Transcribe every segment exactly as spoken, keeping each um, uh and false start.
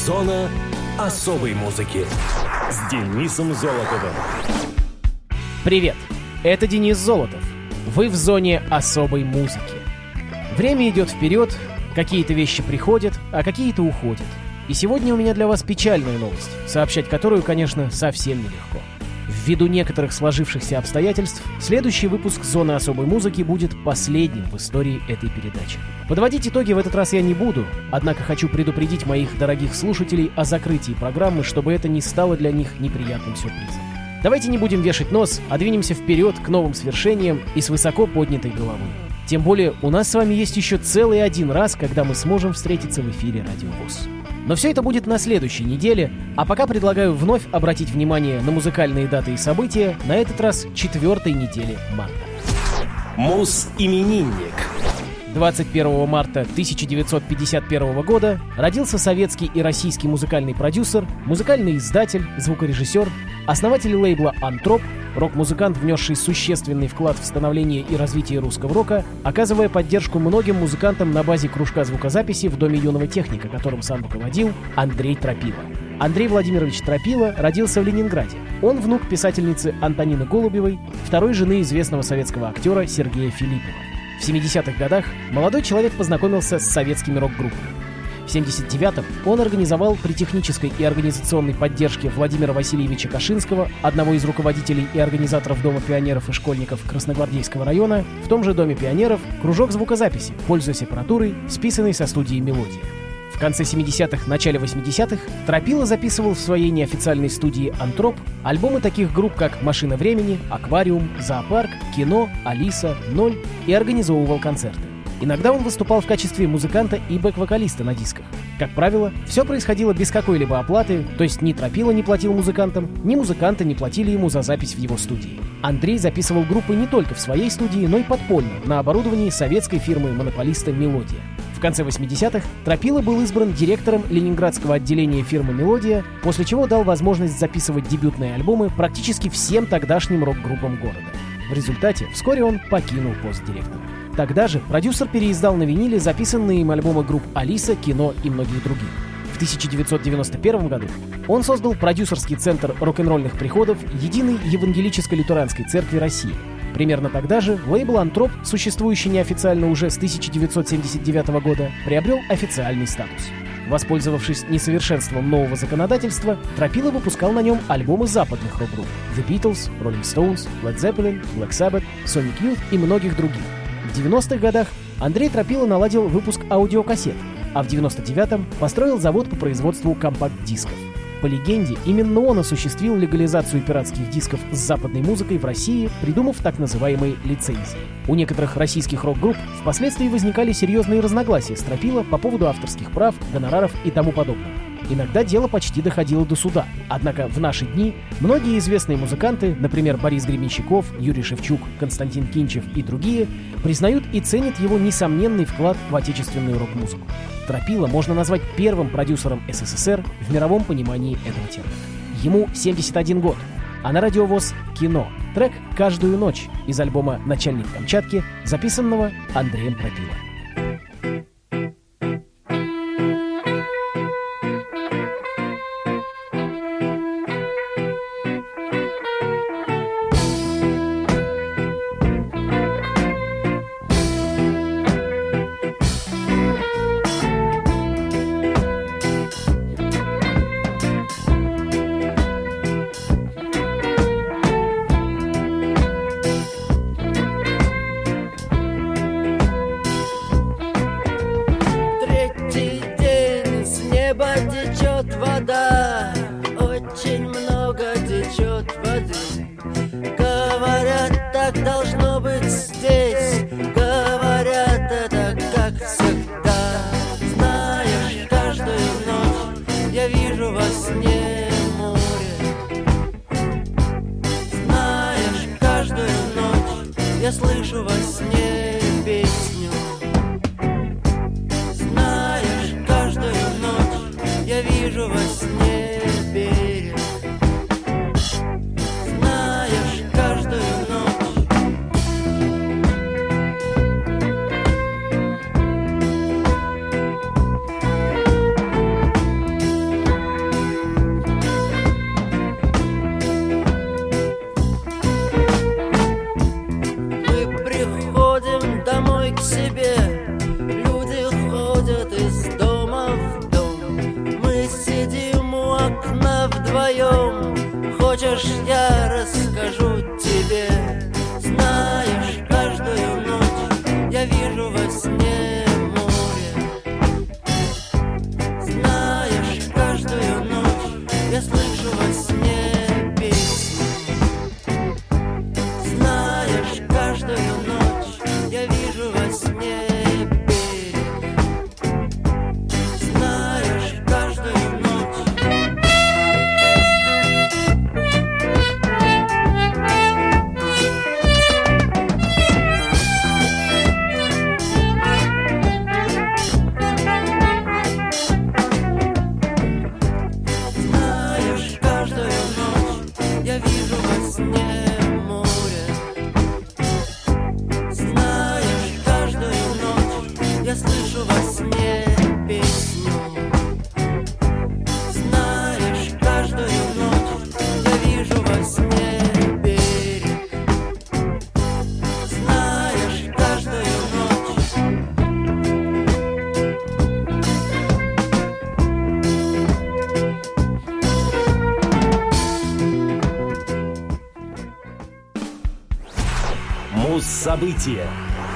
Зона особой музыки с Денисом Золотовым. Привет, это Денис Золотов. Вы в зоне особой музыки. Время идет вперед, какие-то вещи приходят, а какие-то уходят. И сегодня у меня для вас печальная новость, сообщать которую, конечно, совсем нелегко. Ввиду некоторых сложившихся обстоятельств, следующий выпуск «Зоны особой музыки» будет последним в истории этой передачи. Подводить итоги в этот раз я не буду, однако хочу предупредить моих дорогих слушателей о закрытии программы, чтобы это не стало для них неприятным сюрпризом. Давайте не будем вешать нос, а двинемся вперед к новым свершениям и с высоко поднятой головой. Тем более у нас с вами есть еще целый один раз, когда мы сможем встретиться в эфире Радио ВОС. Но все это будет на следующей неделе, а пока предлагаю вновь обратить внимание на музыкальные даты и события, на этот раз четвертой недели марта. Мус-именинник. двадцать первого марта тысяча девятьсот пятьдесят первого года родился советский и российский музыкальный продюсер, музыкальный издатель, звукорежиссер, основатель лейбла «Антроп», рок-музыкант, внесший существенный вклад в становление и развитие русского рока, оказывая поддержку многим музыкантам на базе кружка звукозаписи в Доме юного техника, которым сам руководил, Андрей Тропила. Андрей Владимирович Тропила родился в Ленинграде. Он внук писательницы Антонины Голубевой, второй жены известного советского актера Сергея Филиппова. В семидесятых годах молодой человек познакомился с советскими рок-группами. В семьдесят девятом он организовал при технической и организационной поддержке Владимира Васильевича Кашинского, одного из руководителей и организаторов Дома пионеров и школьников Красногвардейского района, в том же Доме пионеров кружок звукозаписи, пользуясь аппаратурой, списанной со студии «Мелодия». В конце семидесятых, начале восьмидесятых Тропила записывал в своей неофициальной студии «Антроп» альбомы таких групп, как «Машина времени», «Аквариум», «Зоопарк», «Кино», «Алиса», «Ноль» и организовывал концерты. Иногда он выступал в качестве музыканта и бэк-вокалиста на дисках. Как правило, все происходило без какой-либо оплаты, то есть ни Тропила не платил музыкантам, ни музыканты не платили ему за запись в его студии. Андрей записывал группы не только в своей студии, но и подпольно, на оборудовании советской фирмы-монополиста «Мелодия». В конце восьмидесятых Тропила был избран директором ленинградского отделения фирмы «Мелодия», после чего дал возможность записывать дебютные альбомы практически всем тогдашним рок-группам города. В результате вскоре он покинул пост директора. Тогда же продюсер переиздал на виниле записанные им альбомы групп «Алиса», «Кино» и многих других. В тысяча девятьсот девяносто первом году он создал продюсерский центр рок-н-ролльных приходов Единой Евангелическо-Лютеранской Церкви России. Примерно тогда же лейбл «Антроп», существующий неофициально уже с тысяча девятьсот семьдесят девятого года, приобрел официальный статус. Воспользовавшись несовершенством нового законодательства, Тропила выпускал на нем альбомы западных рок-групп The Beatles, Rolling Stones, Led Zeppelin, Black Sabbath, Sonic Youth и многих других. В девяностых годах Андрей Тропила наладил выпуск аудиокассет, а в девяносто девятом построил завод по производству компакт-дисков. По легенде, именно он осуществил легализацию пиратских дисков с западной музыкой в России, придумав так называемые лицензии. У некоторых российских рок-групп впоследствии возникали серьезные разногласия с Тропила по поводу авторских прав, гонораров и тому подобного. Иногда дело почти доходило до суда. Однако в наши дни многие известные музыканты, например, Борис Гребенщиков, Юрий Шевчук, Константин Кинчев и другие, признают и ценят его несомненный вклад в отечественную рок-музыку. Тропила можно назвать первым продюсером СССР в мировом понимании этого термина. Ему семьдесят один год, а на Радио ВОС «Кино» трек «Каждую ночь» из альбома «Начальник Камчатки», записанного Андреем Тропила. События.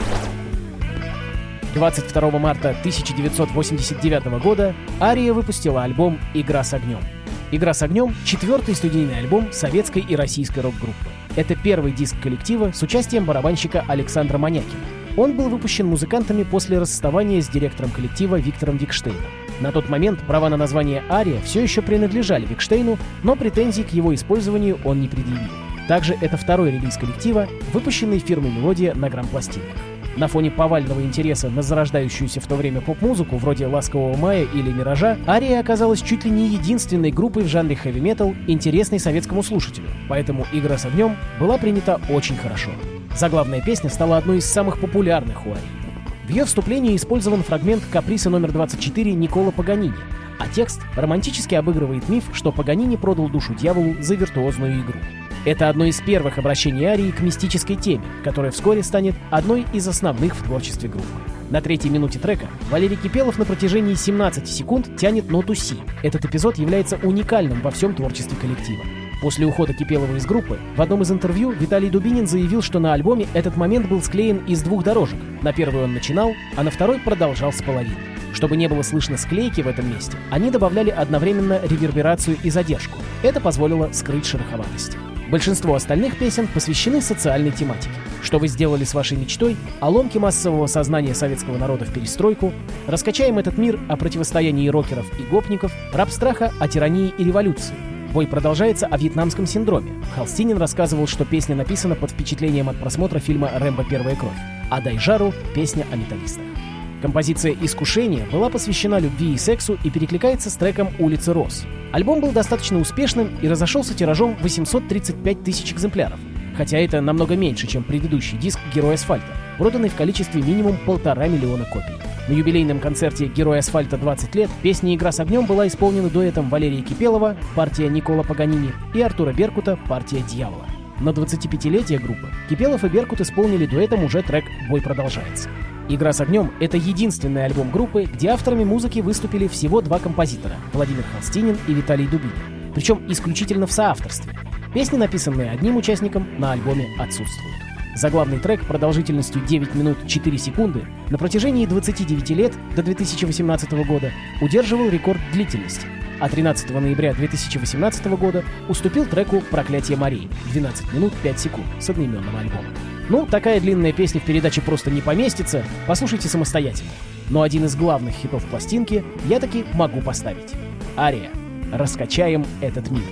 двадцать второго марта тысяча девятьсот восемьдесят девятого года Ария выпустила альбом «Игра с огнем». «Игра с огнем» — четвертый студийный альбом советской и российской рок-группы. Это первый диск коллектива с участием барабанщика Александра Манякина. Он был выпущен музыкантами после расставания с директором коллектива Виктором Викштейном. На тот момент права на название «Ария» все еще принадлежали Викштейну, но претензий к его использованию он не предъявил. Также это второй релиз коллектива, выпущенный фирмой «Мелодия» на грампластинках. На фоне повального интереса на зарождающуюся в то время поп-музыку вроде «Ласкового мая» или «Миража», Ария оказалась чуть ли не единственной группой в жанре хэви-метал, интересной советскому слушателю, поэтому «Игра с огнем» была принята очень хорошо. Заглавная песня стала одной из самых популярных у Арии. В ее вступлении использован фрагмент «Каприса номер двадцать четыре» Никколо Паганини, а текст романтически обыгрывает миф, что Паганини продал душу дьяволу за виртуозную игру. Это одно из первых обращений Арии к мистической теме, которая вскоре станет одной из основных в творчестве группы. На третьей минуте трека Валерий Кипелов на протяжении семнадцати секунд тянет ноту си. Этот эпизод является уникальным во всем творчестве коллектива. После ухода Кипелова из группы, в одном из интервью Виталий Дубинин заявил, что на альбоме этот момент был склеен из двух дорожек. На первой он начинал, а на второй продолжал с половины. Чтобы не было слышно склейки в этом месте, они добавляли одновременно реверберацию и задержку. Это позволило скрыть шероховатость. Большинство остальных песен посвящены социальной тематике. Что вы сделали с вашей мечтой, о ломке массового сознания советского народа в перестройку, раскачаем этот мир о противостоянии рокеров и гопников, раб страха о тирании и революции. Бой продолжается о вьетнамском синдроме. Холстинин рассказывал, что песня написана под впечатлением от просмотра фильма «Рэмбо. Первая кровь», а «Дай жару» — песня о металлистах. Композиция «Искушение» была посвящена любви и сексу и перекликается с треком «Улица роз». Альбом был достаточно успешным и разошелся тиражом восемьсот тридцать пять тысяч экземпляров, хотя это намного меньше, чем предыдущий диск «Герой асфальта», проданный в количестве минимум полтора миллиона копий. На юбилейном концерте «Герой асфальта двадцать лет» песня «Игра с огнем» была исполнена дуэтом Валерия Кипелова, партия Никколо Паганини, и Артура Беркута, партия «Дьявола». На двадцатипятилетие группы Кипелов и Беркут исполнили дуэтом уже трек «Бой продолжается». «Игра с огнем» — это единственный альбом группы, где авторами музыки выступили всего два композитора — Владимир Холстинин и Виталий Дубинин, причем исключительно в соавторстве. Песни, написанные одним участником, на альбоме отсутствуют. Заглавный трек продолжительностью девять минут четыре секунды на протяжении двадцати девяти лет до две тысячи восемнадцатого года удерживал рекорд длительности, а тринадцатого ноября две тысячи восемнадцатого года уступил треку «Проклятие Марии» двенадцать минут пять секунд с одноименного альбома. Ну, такая длинная песня в передаче просто не поместится, послушайте самостоятельно. Но один из главных хитов пластинки я таки могу поставить. Ария. Раскачаем этот мир.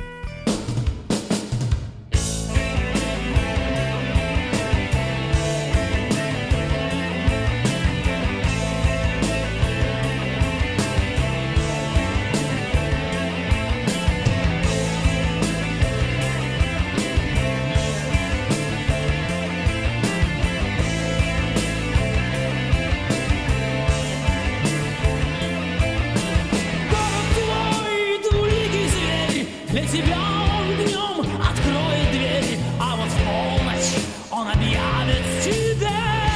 Для тебя он днем откроет дверь, а вот в полночь он объявит тебе.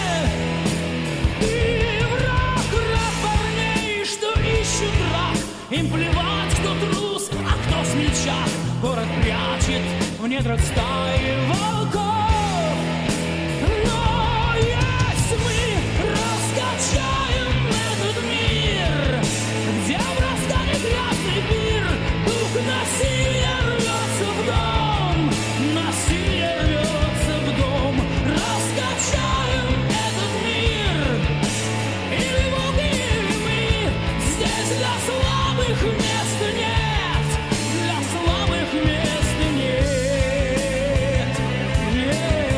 Ты враг, враг парней, что ищут драк. Им плевать, кто трус, а кто смельчак. Город прячет в недрах стаи волков. Но если мы раскачаем этот мир, где врастает грязный пир, дух насилия рвется в дом, насилие рвется в дом. Раскачаем этот мир, или волки, или мы. Здесь для слабых места нет, для слабых места нет, нет.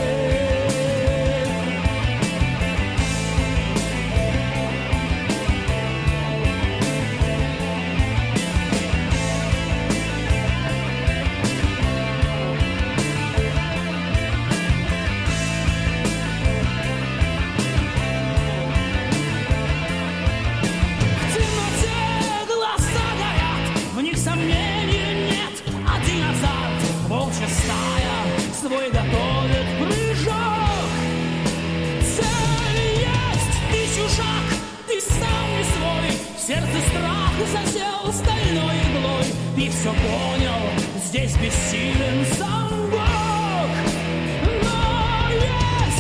В темноте глаза горят, в них сомнений нет. Один азарт, волчья стая, свой готовит прыжок. Цель есть, ты чужак, ты сам не свой. В сердце страх засел стальной иглой. Ты все понял, здесь бессилен сам Бог. Но есть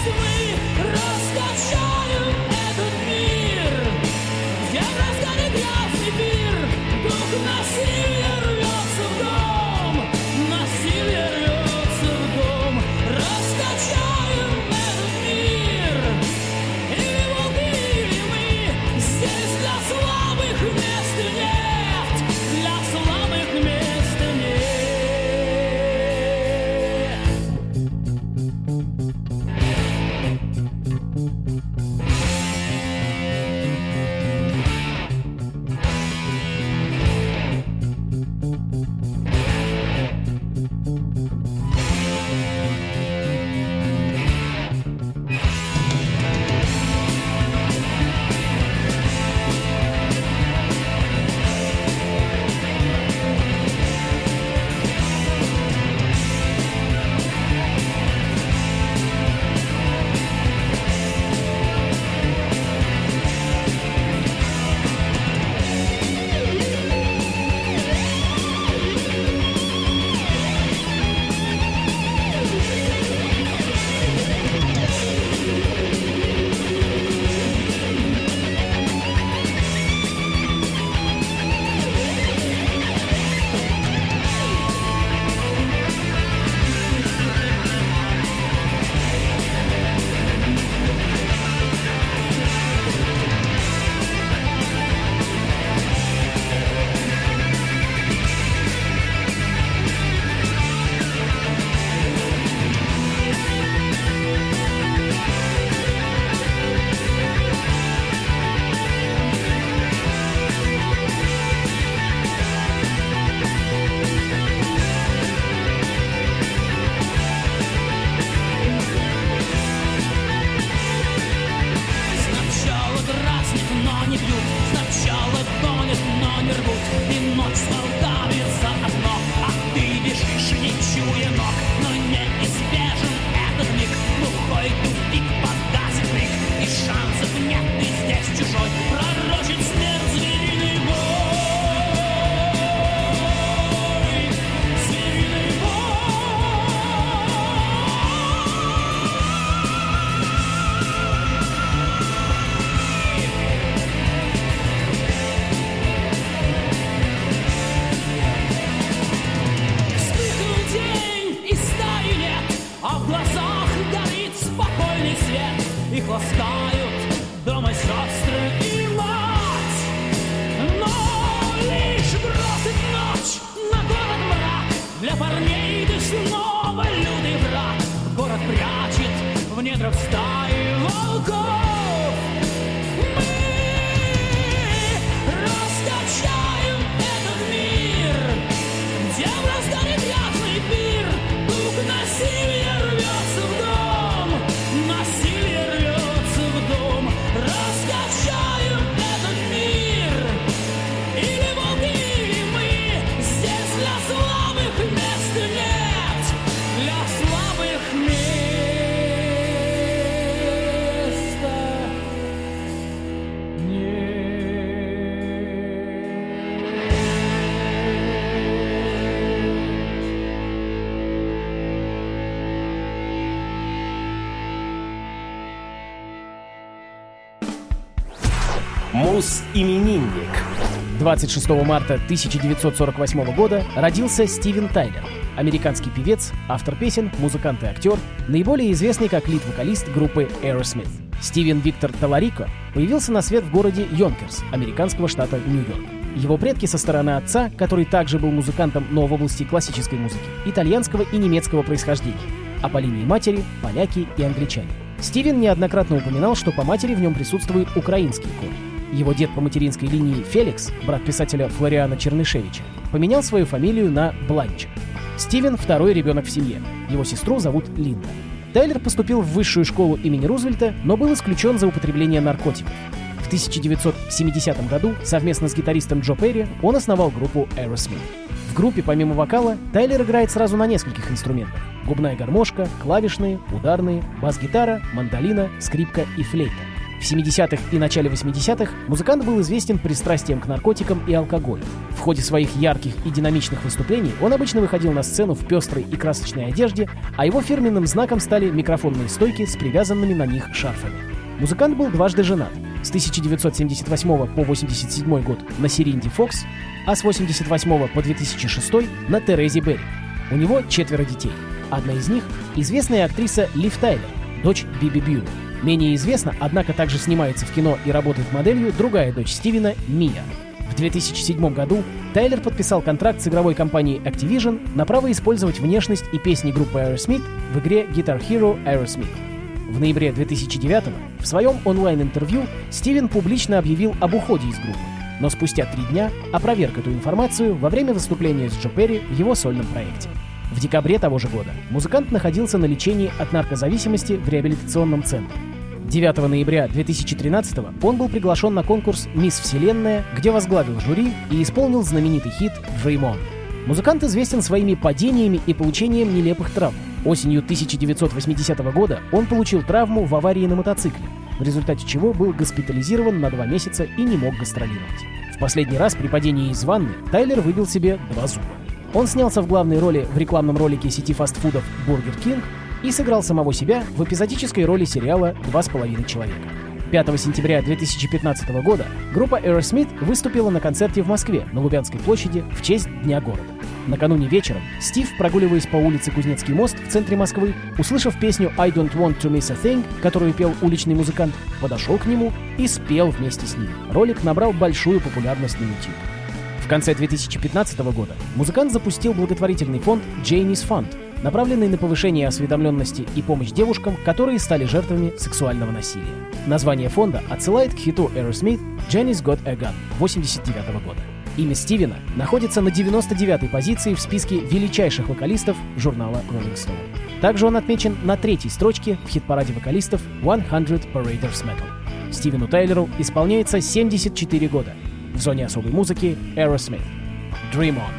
парней ты снова лютый враг. Город прячет в недрах стаи волков. Мы раскачаем этот мир, где в разгаре грязный пир. Дух насилия рвется в дом, насилие рвется в дом. Раскачаем этот мир, или волки, или мы. Здесь для слабых мест нет, для слабых места нет. Мус-именинник. двадцать шестого марта тысяча девятьсот сорок восьмого года родился Стивен Тайлер, американский певец, автор песен, музыкант и актер, наиболее известный как лид-вокалист группы Aerosmith. Стивен Виктор Таларико появился на свет в городе Йонкерс, американского штата Нью-Йорк. Его предки со стороны отца, который также был музыкантом, но в области классической музыки, итальянского и немецкого происхождения, а по линии матери — поляки и англичане. Стивен неоднократно упоминал, что по матери в нем присутствуют украинские корни. Его дед по материнской линии Феликс, брат писателя Флориана Чернышевича, поменял свою фамилию на Бланч. Стивен — второй ребенок в семье. Его сестру зовут Линда. Тайлер поступил в высшую школу имени Рузвельта, но был исключен за употребление наркотиков. В тысяча девятьсот семидесятом году совместно с гитаристом Джо Перри он основал группу Aerosmith. В группе помимо вокала Тайлер играет сразу на нескольких инструментах: губная гармошка, клавишные, ударные, бас-гитара, мандолина, скрипка и флейта. В семидесятых и начале восьмидесятых музыкант был известен пристрастием к наркотикам и алкоголю. В ходе своих ярких и динамичных выступлений он обычно выходил на сцену в пестрой и красочной одежде, а его фирменным знаком стали микрофонные стойки с привязанными на них шарфами. Музыкант был дважды женат. С тысяча девятьсот семьдесят восьмого по восемьдесят седьмой год на Сиринде Фокс, а с восемьдесят восьмого по две тысячи шестой на Терезе Берри. У него четверо детей. Одна из них — известная актриса Лив Тайлер, дочь Биби Бьюэлл. Менее известна, однако также снимается в кино и работает моделью, другая дочь Стивена, Мия. В две тысячи седьмом году Тайлер подписал контракт с игровой компанией Activision на право использовать внешность и песни группы Aerosmith в игре Guitar Hero Aerosmith. В ноябре две тысячи девятого в своем онлайн-интервью Стивен публично объявил об уходе из группы, но спустя три дня опроверг эту информацию во время выступления с Джо Перри в его сольном проекте. В декабре того же года музыкант находился на лечении от наркозависимости в реабилитационном центре. девятого ноября две тысячи тринадцатого он был приглашен на конкурс «Мисс Вселенная», где возглавил жюри и исполнил знаменитый хит «Dream On». Музыкант известен своими падениями и получением нелепых травм. Осенью тысяча девятьсот восьмидесятого года он получил травму в аварии на мотоцикле, в результате чего был госпитализирован на два месяца и не мог гастролировать. В последний раз при падении из ванны Тайлер выбил себе два зуба. Он снялся в главной роли в рекламном ролике сети фастфудов Burger King и сыграл самого себя в эпизодической роли сериала «Два с половиной человека». пятого сентября две тысячи пятнадцатого года группа Aerosmith выступила на концерте в Москве на Лубянской площади в честь Дня города. Накануне вечером Стив, прогуливаясь по улице Кузнецкий мост в центре Москвы, услышав песню «I don't want to miss a thing», которую пел уличный музыкант, подошел к нему и спел вместе с ним. Ролик набрал большую популярность на YouTube. В конце две тысячи пятнадцатого года музыкант запустил благотворительный фонд Janie's Fund, направленный на повышение осведомленности и помощь девушкам, которые стали жертвами сексуального насилия. Название фонда отсылает к хиту Aerosmith «Janie's Got a Gun» восемьдесят девятого года. Имя Стивена находится на девяносто девятой позиции в списке величайших вокалистов журнала Rolling Stone. Также он отмечен на третьей строчке в хит-параде вокалистов сто Paraders Metal. Стивену Тайлеру исполняется семьдесят четыре года. В зоне особой музыки Aerosmith. Dream On.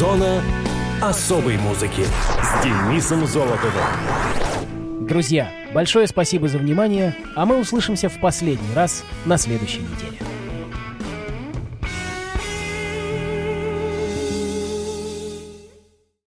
Зона особой музыки с Денисом Золотовым. Друзья, большое спасибо за внимание, а мы услышимся в последний раз на следующей неделе.